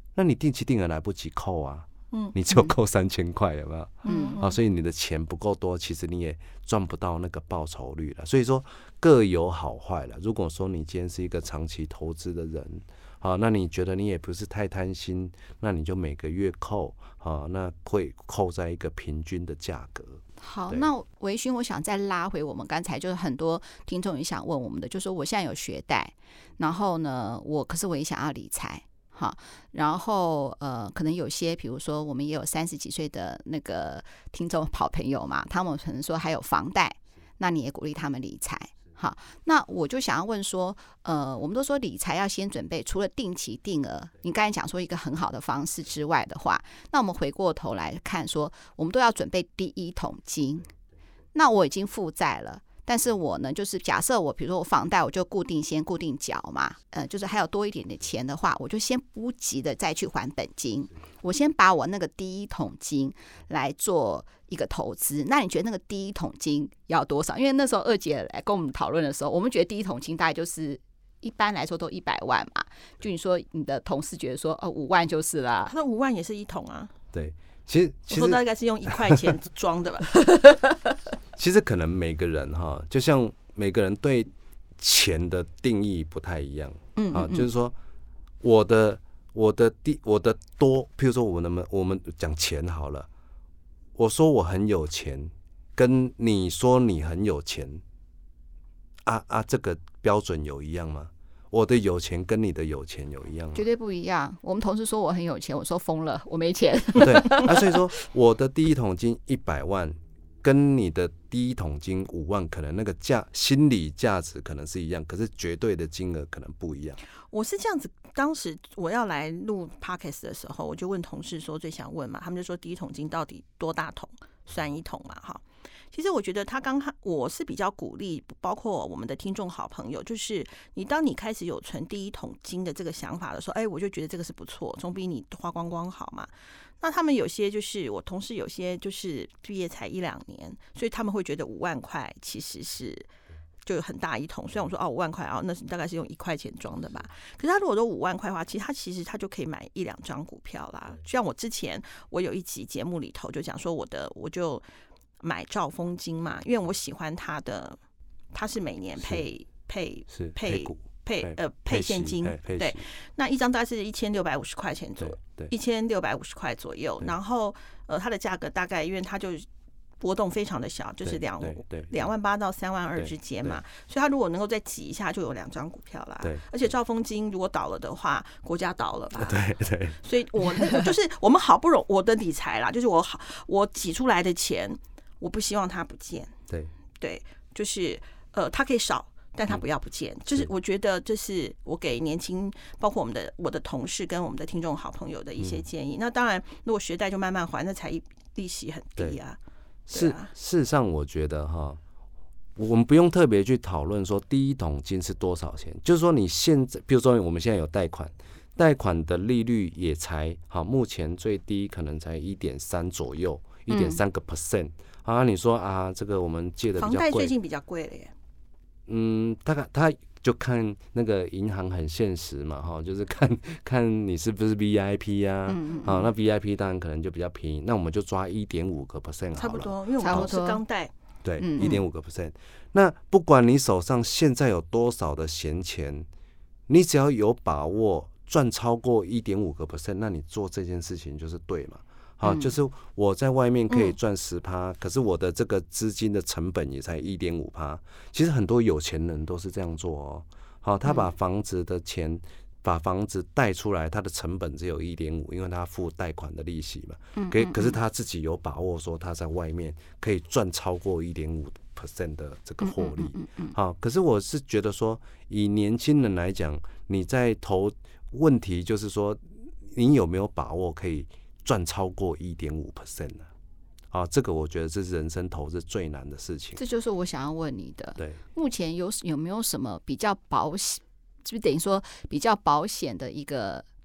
那你定期定额来不及扣啊， 嗯， 你只有扣三千块，有没有？ 嗯， 啊，所以你的钱不够多，其实你也赚不到那个报酬率了。所以说各有好坏了。如果说你今天是一个长期投资的人，好，那你觉得你也不是太贪心，那你就每个月扣，好，那会扣在一个平均的价格。 好，那维勋，我想再拉回我们刚才，就是很多听众也想问我们的，就是说我现在有学贷，然后呢，我可是我也想要理财。好，然后呃，可能有些，比如说我们也有三十几岁的那个听众好朋友嘛，他们可能说还有房贷，那你也鼓励他们理财。好，那我就想要问说，呃，我们都说理财要先准备，除了定期定额，你刚才讲说一个很好的方式之外的话，那我们回过头来看说，我们都要准备第一桶金。那我已经负债了。但是我呢，就是假设我，比如说我房贷，我就固定先固定缴嘛，呃，就是还有多一点点钱的话，我就先不急的再去还本金，我先把我那个第一桶金来做一个投资。那你觉得那个第一桶金要多少？因为那时候二姐来跟我们讨论的时候，我们觉得第一桶金大概就是一般来说都一百万嘛，就你说你的同事觉得说哦五万就是啦， 他说五万也是一桶啊， 对。其实，其实我说大概是用一块钱装的吧。 其实可能每个人哈，就像每个人对钱的定义不太一样，嗯啊，就是说我的我的第我的多，譬如说我们我们讲钱好了，我说我很有钱，跟你说你很有钱，啊啊，这个标准有一样吗？我的有钱跟你的有钱有一样吗？ 绝对不一样。我们同事说我很有钱，我说疯了，我没钱。 对啊，所以说我的第一桶金一百万，跟你的第一桶金五万，可能那个价心理价值可能是一样，可是绝对的金额可能不一样。 我是这样子，当时我要来录 podcast 的时候，我就问同事说最想问嘛，他们就说第一桶金到底多大桶算一桶嘛，哈。其实我觉得他刚开，我是比较鼓励，包括我们的听众好朋友，就是你当你开始有存第一桶金的这个想法的时候，哎，我就觉得这个是不错，总比你花光光好嘛。那他们有些就是我同事有些就是毕业才一两年，所以他们会觉得五万块其实是就有很大一桶。虽然我说哦五万块哦，那大概是用一块钱装的吧。可是他如果说五万块的话，其实他其实他就可以买一两张股票啦。像我之前我有一集节目里头就讲说我的我就。买兆丰金嘛，因为我喜欢它的，它是每年配配配配呃配现金，对，那一张大概是一千六百五十块钱左右，一千六百五十块左右，然后呃它的价格大概因为它就波动非常的小，就是两两万八到三万二之间嘛，所以它如果能够再挤一下，就有两张股票啦。对，而且兆丰金如果倒了的话，国家倒了吧？ 对对。 所以我那个就是我们好不容易我的理财啦，就是我好我挤出来的钱。我不希望它不见， 对对，就是呃，它可以少，但它不要不见。嗯、就是我觉得这是我给年轻，包括我们的我的同事跟我们的听众好朋友的一些建议。嗯、那当然，如果学贷就慢慢还，那才利息很低啊。 是、啊，事实上我觉得哈，我们不用特别去讨论说第一桶金是多少钱，就是说你现在，比如说我们现在有贷款。贷款的利率也才好，目前最低可能才一点三左右，一点三个 percent 啊。你说啊，这个我们借的比较贵， 房贷最近比较贵了耶。 嗯，大概他就看那个银行很现实嘛，哈，就是看看你是不是 V I P 啊，嗯嗯啊，那 V I P 当然可能就比较便宜，那我们就抓一点五个 percent 好了， 差不多，因为我们是刚贷， 对，一点五个 percent。那不管你手上现在有多少的闲钱，你只要有把握。赚超过一点五个 percent， 那你做这件事情就是对嘛？好、嗯，就是我在外面可以赚十趴，可是我的这个资金的成本也才一点五趴。其实很多有钱人都是这样做哦。好，他把房子的钱、嗯、把房子贷出来，他的成本只有一点五，因为他付贷款的利息嘛。嗯，可可是他自己有把握说他在外面可以赚超过一点五 percent 的这个获利。嗯嗯好，可是我是觉得说，以年轻人来讲，你在投。问题就是说，你有没有把握可以赚超过一点五 percent 呢？啊，这个我觉得这是人生投资最难的事情。 这就是我想要问你的。 对， 目前有有没有什么比较保险，是不是等于说比较保险的一个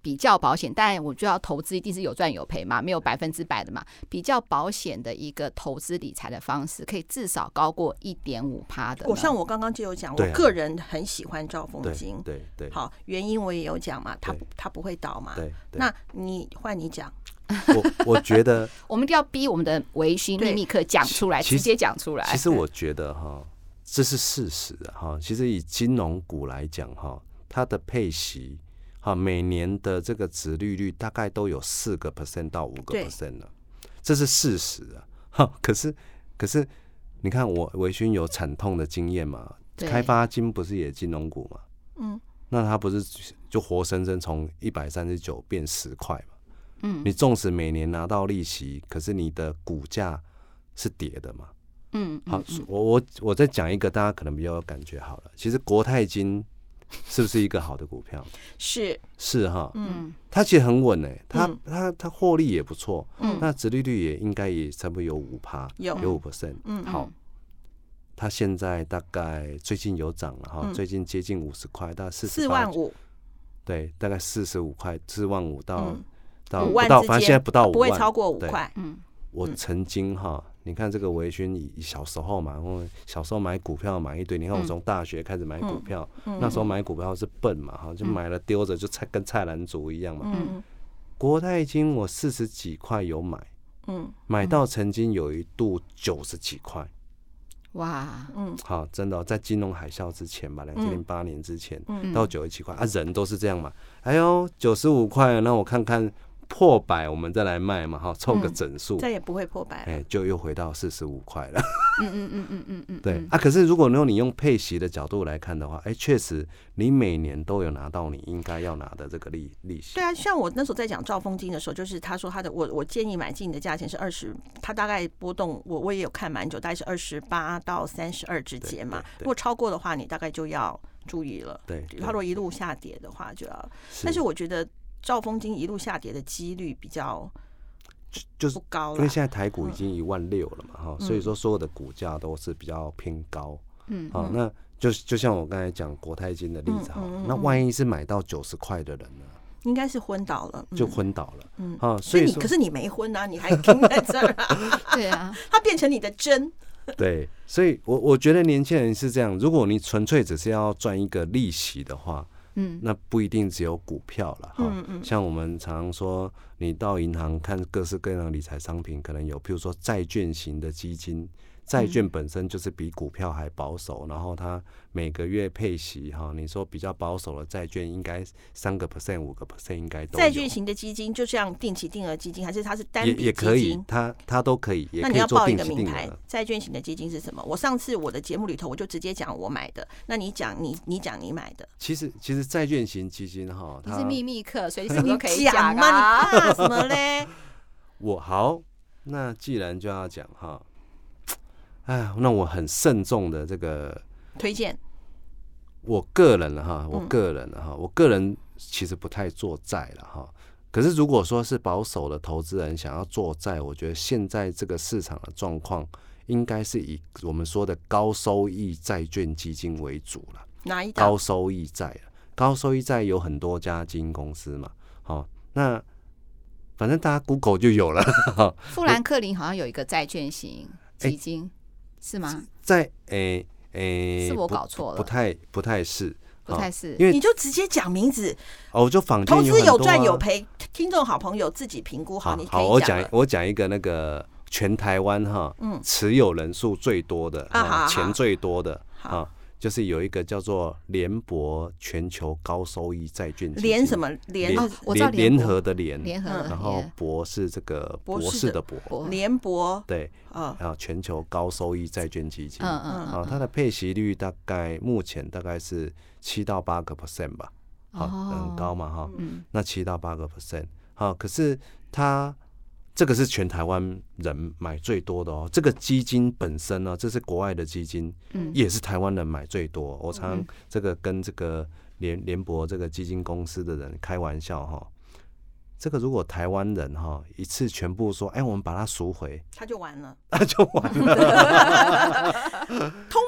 比较保险，当然我就要投资一定是有赚有赔嘛，没有百分之百的嘛。比较保险的一个投资理财的方式，可以至少高过一点五趴的。 我像我刚刚就有讲， 啊、 我个人很喜欢兆丰金， 对 对, 对， 好，原因我也有讲嘛，它它不会倒嘛。 对，对那你换你讲。 我我觉得我们一定要逼我们的微醺秘密客讲出来，直接讲出来。 其实我觉得哈，这是事实哈。其实以金融股来讲哈，它的配息。好，每年的这个殖利率大概都有四个 percent 到五个 percent 了，这是事实啊。哈，可是可是你看我微醺有惨痛的经验嘛，开发金不是也金融股嘛？嗯，那它不是就活生生从一百三十九变十块嘛？嗯，你纵使每年拿到利息，可是你的股价是跌的嘛？嗯，好，我我我再讲一个大家可能比较有感觉好了，其实国泰金。是不是一个好的股票？ 是是哈，嗯，它其实很稳诶、欸，它、嗯、它它获利也不错，嗯，那殖利率也应该也差不多有五趴，有有五 percent， 嗯，好，它现在大概最近有涨了哈，嗯、最近接近五十块，大概四四万五， 对，大概四十五块，四万五到、嗯、到五万不到，反正现在不到五万， 不会超过五块， 嗯，我曾经哈。你看这个微醺，以小时候嘛，我小时候买股票买一堆。你看我从大学开始买股票，嗯嗯、那时候买股票是笨嘛，哈，就买了丢着，就菜跟菜篮族一样嘛。嗯、国泰金我四十几块有买，嗯，买到曾经有一度九十几块， 哇， 嗯，好，真的、哦、在金融海啸之前吧，两千零八年之前、嗯、到九十几块啊，人都是这样嘛。哎呦，九十五块，那我看看。破百我们再来卖嘛，哈，凑个整数、 嗯，再也不会破百了， 哎，就又回到四十五块了。 嗯嗯嗯嗯嗯嗯， 对啊。可是如果你用配息的角度来看的话，哎，确实你每年都有拿到你应该要拿的这个利利息。 对啊，像我那时候在讲兆丰金的时候，就是他说他的我我建议买进的价钱是二十，他大概波动我我也有看蛮久，大概是二十八到三十二之间嘛。如果超过的话，你大概就要注意了。 对， 他如果一路下跌的话，就要。但是我觉得。兆丰金一路下跌的几率比较就是不高了， 因为现在台股已经一万六了嘛，哈、嗯，所以说所有的股价都是比较偏高，嗯，好，那就就像我刚才讲国泰金的例子哈、嗯嗯嗯，那万一是买到九十块的人呢？ 应该是昏倒了， 就昏倒了， 嗯，啊，所以你可是你没昏啊，你还盯在这儿啊， 对啊， 它变成你的针。 对，所以我我觉得年轻人是这样，如果你纯粹只是要赚一个利息的话。嗯，那不一定只有股票了哈、嗯嗯。像我们常常说，你到银行看各式各样的理财商品，可能有，譬如说债券型的基金，债券本身就是比股票还保守，然后它每个月配息哈，你说比较保守的债券应该三个 percent、五个 percent 应该都有。 债券型的基金就像定期定额基金，还是它是单笔基金？ 也也可以，它它都可以，也可以做定期定额。那你要报一个名牌， 债券型的基金是什么？我上次我的节目里头我就直接讲我买的，那你讲你你讲你买的。 其实其实债券型基金哈， 你是秘密客，所以什么都可以讲嘛，你怕什么嘞？ 我好，那既然就要讲哈。哎，那我很慎重的这个推荐。 我个人哈，我个人哈、嗯，我个人其实不太做债了哈。可是如果说是保守的投资人想要做债，我觉得现在这个市场的状况应该是以我们说的高收益债券基金为主了。 哪一档？ 高收益债，高收益债有很多家基金公司嘛。好，那反正大家 Google 就有了。 富兰克林好像有一个债券型基金。欸是吗？ 在诶诶， 是我搞错了， 不太不太是， 不太是， 因为你就直接讲名字哦，我就坊间投资有赚有赔，听众好朋友自己评估好。你可以好，我讲我讲一个那个全台湾哈，嗯，持有人数最多的，啊，钱最多的啊。就是有一个叫做联博全球高收益债券基金， 联什么联？ 哦，我知道联合的联， 联合， 然后博是这个博士的博， 联博对，啊，全球高收益债券基金，嗯嗯，啊，它的配息率大概目前大概是七到八个 percent 吧，好，很高嘛哈，那七到八个 percent， 好，可是它。这个是全台湾人买最多的哦，这个基金本身呢、哦，这是国外的基金，嗯，也是台湾人买最多。我常常这个跟这个联联博这个基金公司的人开玩笑哈、哦，这个如果台湾人哈、哦、一次全部说，哎，我们把它赎回， 他就完了， 他就完了。 同胞们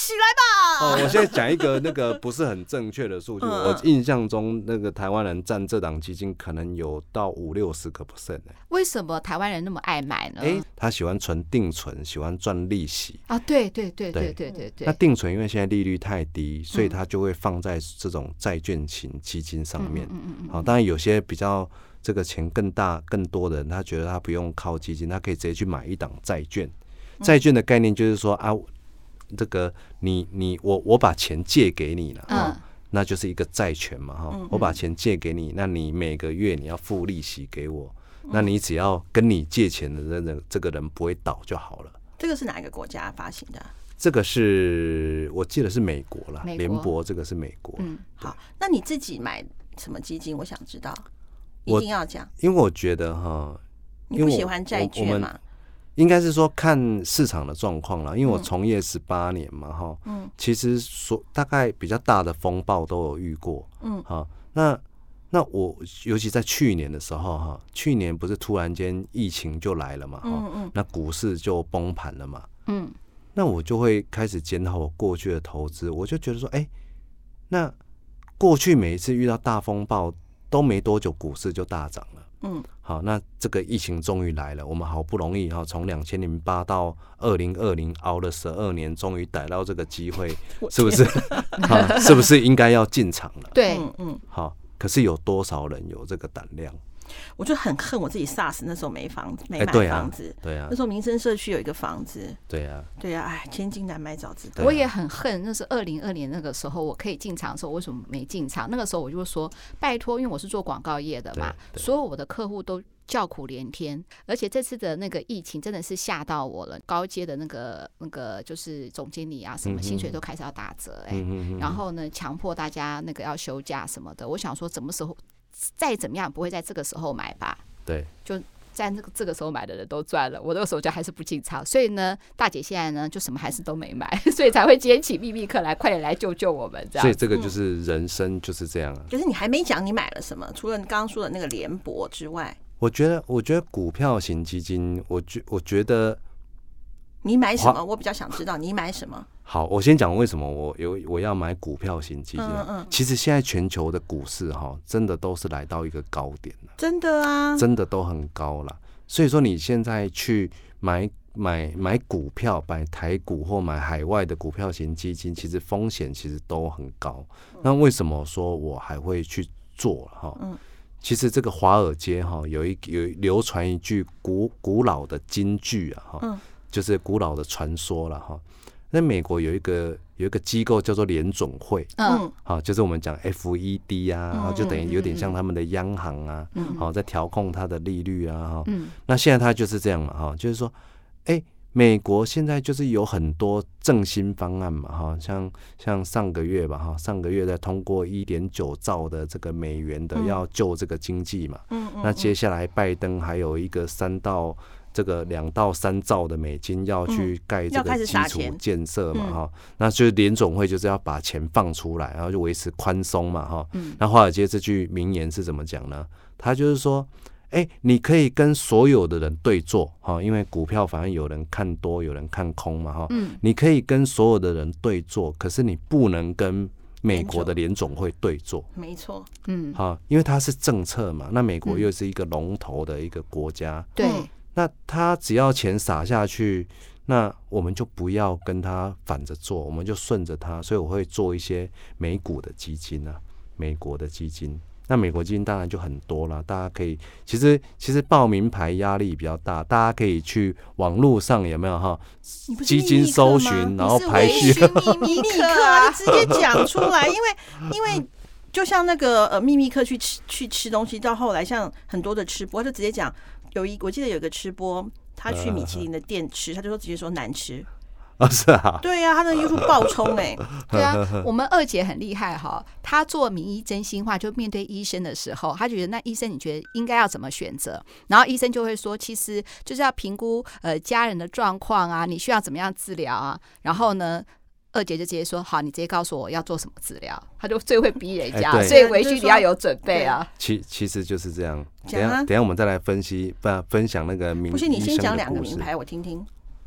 起来吧！ 哦，我现在讲一个那个不是很正确的数据，我印象中那个台湾人占这档基金可能有到五六十个 percent。 为什么台湾人那么爱买呢？ 哎，他喜欢存定存，喜欢赚利息啊！对对对对对对对。 那定存因为现在利率太低，所以他就会放在这种债券型基金上面。嗯嗯嗯。好，当然有些比较这个钱更大更多的人，他觉得他不用靠基金，他可以直接去买一档债券。债券的概念就是说啊。这个你你我我把钱借给你了，嗯，那就是一个债权嘛，哈、嗯，我把钱借给你，那你每个月你要付利息给我，嗯、那你只要跟你借钱的人这个人不会倒就好了。 这个是哪一个国家发行的？ 这个是我记得是美国啦，联博这个是美国。 嗯，好，那你自己买什么基金？我想知道，一定要讲， 因为我觉得哈， 你不喜欢债券嘛？ 应该是说看市场的状况啦，因为我从业十八年嘛，哈、嗯，其实所大概比较大的风暴都有遇过，嗯，好，那那我尤其在去年的时候，哈，去年不是突然间疫情就来了嘛，哈、嗯嗯，那股市就崩盘了嘛，嗯，那我就会开始检讨我过去的投资，我就觉得说，哎、欸，那过去每一次遇到大风暴都没多久，股市就大涨了。嗯，好，那这个疫情终于来了，我们好不容易哈，从两千零八到二零二零熬了十二年，终于逮到这个机会，是不是？好，是不是应该要进场了？ 对， 嗯嗯。 好，可是有多少人有这个胆量？ 我就很恨我自己 SARS 那时候没房子，没买房子、欸对啊，对啊， 那时候民生社区有一个房子， 对啊， 对啊，哎，千金难买早知道。 我也很恨，那是二零二年那个时候，我可以进场的时候，为什么没进场？那个时候我就说，拜托，因为我是做广告业的嘛，所有我的客户都叫苦连天，而且这次的那个疫情真的是吓到我了，高阶的那个那个就是总经理啊，什么薪水都开始要打折、欸，哎、嗯，然后呢，强迫大家那个要休假什么的，我想说，什么时候再怎么样不会在这个时候买吧？ 对， 就在这个这个时候买的人都赚了，我那个时候就还是不进场，所以呢，大姐现在呢就什么还是都没买，所以才会今天请秘密客来，快点来救救我们这样。 所以这个就是人生就是这样啊。 可是你还没讲你买了什么，除了你刚刚说的那个联博之外， 我觉得，我觉得股票型基金，我觉我觉得你买什么，我比较想知道你买什么。 好，我先讲为什么我有我要买股票型基金。嗯嗯，其实现在全球的股市哈，真的都是来到一个高点了， 真的啊， 真的都很高了。所以说你现在去买买买股票，买台股或买海外的股票型基金，其实风险其实都很高。那为什么说我还会去做了哈？嗯，其实这个华尔街哈有一有流传一句古古老的金句啊哈，嗯，就是古老的传说了哈。那美国有一个有一个机构叫做联准会，嗯，好，就是我们讲 F E D 啊，然后就等于有点像他们的央行啊，嗯，好，在调控它的利率啊，哈，嗯，那现在它就是这样嘛，哈，就是说，哎、欸，美国现在就是有很多振兴方案嘛，哈，像像上个月吧，哈，上个月在通过一点九兆的这个美元的要救这个经济嘛，嗯，那接下来拜登还有一个三到。这个两到三兆的美金要去盖这个基础建设嘛，哈、嗯，那就是联总会就是要把钱放出来，然后就维持宽松嘛，哈、嗯。那华尔街这句名言是怎么讲呢？他就是说，哎、欸，你可以跟所有的人对坐，哈，因为股票反正有人看多，有人看空嘛，哈，嗯，你可以跟所有的人对坐，可是你不能跟美国的联总会对坐， 没错， 嗯， 好，因为它是政策嘛，那美国又是一个龙头的一个国家， 对。 那他只要钱撒下去，那我们就不要跟他反着做，我们就顺着他。所以我会做一些美股的基金啊，美国的基金。那美国基金当然就很多了，大家可以其实其实报名牌压力比较大，大家可以去网络上有没有哈基金搜寻，然后排序。 秘密客啊，就直接讲出来，因为因为。就像那个呃秘密客去吃去吃东西，到后来像很多的吃播，他就直接讲有一我记得有一个吃播，他去米其林的店吃，他就说直接说难吃。 啊、哦，是啊， 对呀、啊，他那 YouTube 爆冲哎、欸， 对啊，我们二姐很厉害哈，她做名医真心话，就面对医生的时候，她觉得那医生你觉得应该要怎么选择，然后医生就会说，其实就是要评估呃家人的状况啊，你需要怎么样治疗啊，然后呢。二姐就直接说好，你直接告诉我要做什么治疗，他就最会逼人家，欸、所以回去你要有准备啊。 其其实就是这样。等一下，等一下我们再来分析，不分享那个名。 不是你先讲两个名牌我听听。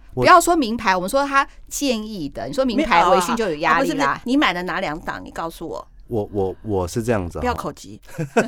不要说名牌，我们说他建议的。你说名牌微醺就有压力啦。 啊、不是不是，你买了哪两档？你告诉我。 我我我是这样子， 不要口急。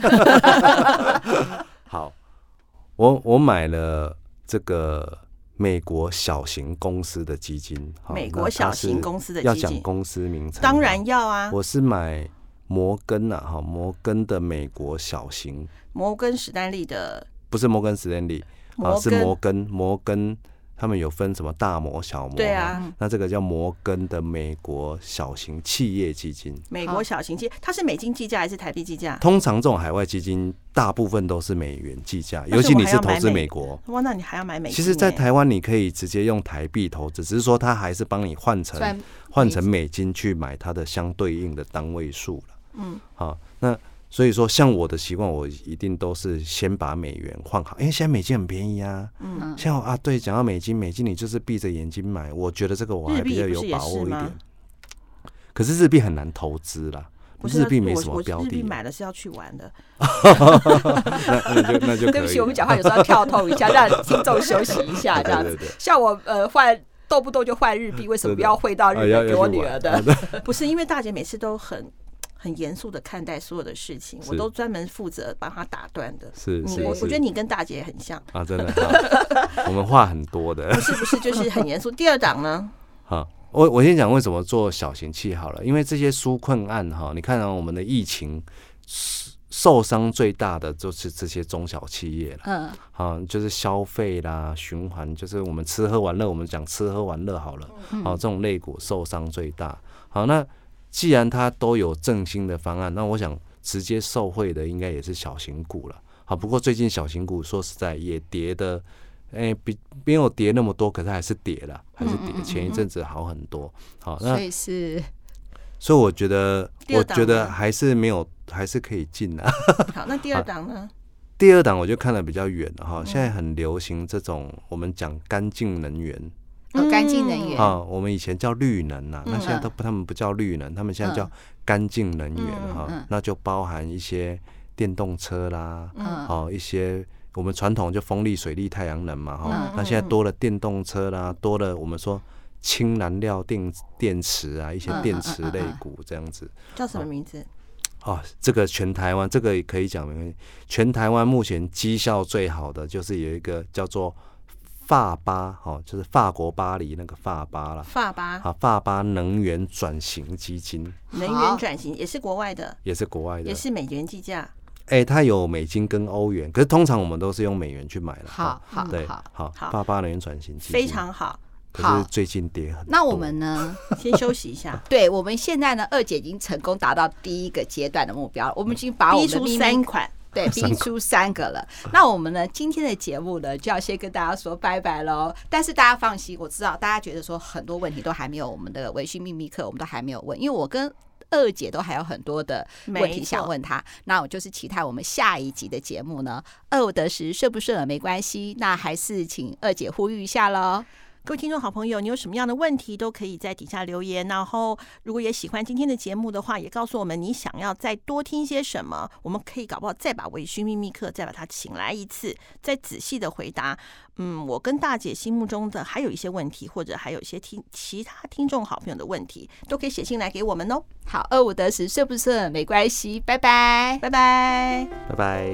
好，我我买了这个美国小型公司的基金。 美国小型公司的基金要讲公司名称， 当然要啊。 我是买摩根啊，哈，摩根的美国小型。 摩根史丹利的不是摩根史丹利，啊，是摩根摩根。他们有分什么大摩、小摩？ 对啊， 那这个叫摩根的美国小型企业基金。 美国小型企业，它是美金计价还是台币计价？ 通常这种海外基金大部分都是美元计价，尤其你是投资美国。 哇，那你还要买美金？ 其实，在台湾你可以直接用台币投资，只是说它还是帮你换成换成美金去买它的相对应的单位数了。嗯，好，那。所以说，像我的习惯，我一定都是先把美元换好，因为现在美金很便宜啊。嗯，像啊，对，讲到美金，美金你就是闭着眼睛买，我觉得这个我还比较有把握一点。可是日币很难投资啦，日币没什么标的。 日币买的是要去玩的。 那那就那就可以。 对不起，我们讲话有时候要跳透一下，让听众休息一下，这样子。对对对，像我呃换动不动就换日币，为什么不要汇到日本给我女儿的？ 不是因为大姐每次都很。很严肃的看待所有的事情，我都专门负责帮他打断的。 是，是我我觉得你跟大姐很像啊，真的。我们话很多的。 不是不是，就是很严肃。第二档呢？ 好，我我先讲为什么做小型企好了，因为这些纾困案哈，你看啊，我们的疫情受伤最大的就是这些中小企业了。嗯，好，就是消费啦、循环，就是我们吃喝玩乐，我们讲吃喝玩乐好了。好，这种类股受伤最大。好，那。既然它都有振兴的方案，那我想直接受惠的应该也是小型股了。好，不过最近小型股说实在也跌的，哎、欸，比没有跌那么多，可是还是跌了，还是跌。前一阵子好很多。好，那所以是， 所以我觉得，我觉得还是没有，还是可以进啊。 好，那第二档呢？ 第二档我就看得比较远了哈。现在很流行这种我们讲干净能源。 哦，干净能源啊，我们以前叫绿能啊，那现在都他们不叫绿能，他们现在叫干净能源哈，那就包含一些电动车啦，好一些我们传统就风力、水力、太阳能嘛哈，那现在多了电动车啦，多了我们说氢燃料电电池啊，一些电池类股这样子。 叫什么名字？ 哦，这个全台湾这个也可以讲没关系。全台湾目前绩效最好的就是有一个叫做。法巴哦，就是法国巴黎那个法巴啦。 法巴啊，法巴能源转型基金。 能源转型也是国外的， 也是国外的， 也是美元计价。 哎、欸，它有美金跟欧元，可是通常我们都是用美元去买的。 好好对，好好，法巴能源转型基金非常好。 可是最近跌很多。 那我们呢？ 先休息一下。 对，我们现在呢，二姐已经成功达到第一个阶段的目标，我们已经把我们的逼出三款。 对，逼出三个了。那我们呢？今天的节目呢，就要先跟大家说拜拜喽。但是大家放心，我知道大家觉得说很多问题都还没有我们的微醺秘密课，我们都还没有问，因为我跟二姐都还有很多的问题想问她。那我就是期待我们下一集的节目呢，二五得十，顺不顺耳没关系，那还是请二姐呼吁一下喽。 各位听众好朋友，你有什么样的问题都可以在底下留言，然后如果也喜欢今天的节目的话，也告诉我们你想要再多听些什么，我们可以搞不好再把微醺秘密课再把它请来一次，再仔细的回答嗯，我跟大姐心目中的还有一些问题，或者还有一些听其他听众好朋友的问题，都可以写信来给我们哦。 好，二五得十，顺不顺没关系，拜拜拜拜拜拜。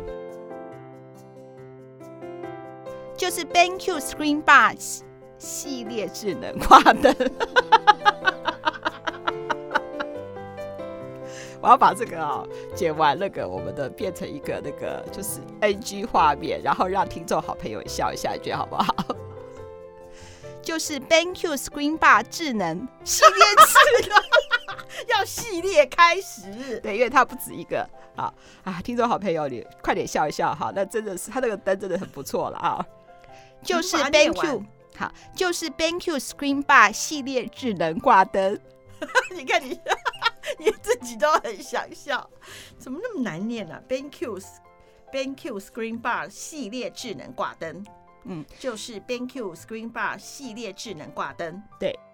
就是 BenQ Screen Bar系列智能挂灯，我要把这个啊、哦、剪完，那个我们的变成一个那个就是 N G 画面，然后让听众好朋友笑一下，你觉得好不好？就是 BenQ Screen Bar 智能系列智能，要系列开始，对，因为它不止一个啊啊！听众好朋友，你快点笑一笑哈，那真的是它那个灯真的很不错了啊，就是 BenQ。好，就是 BenQ Screen Bar 系列智能挂灯。 你看你，你自己都很想笑，怎么那么难念啊 ？BenQ BenQ Screen Bar 系列智能挂灯，嗯，就是 BenQ Screen Bar 系列智能挂灯， 对。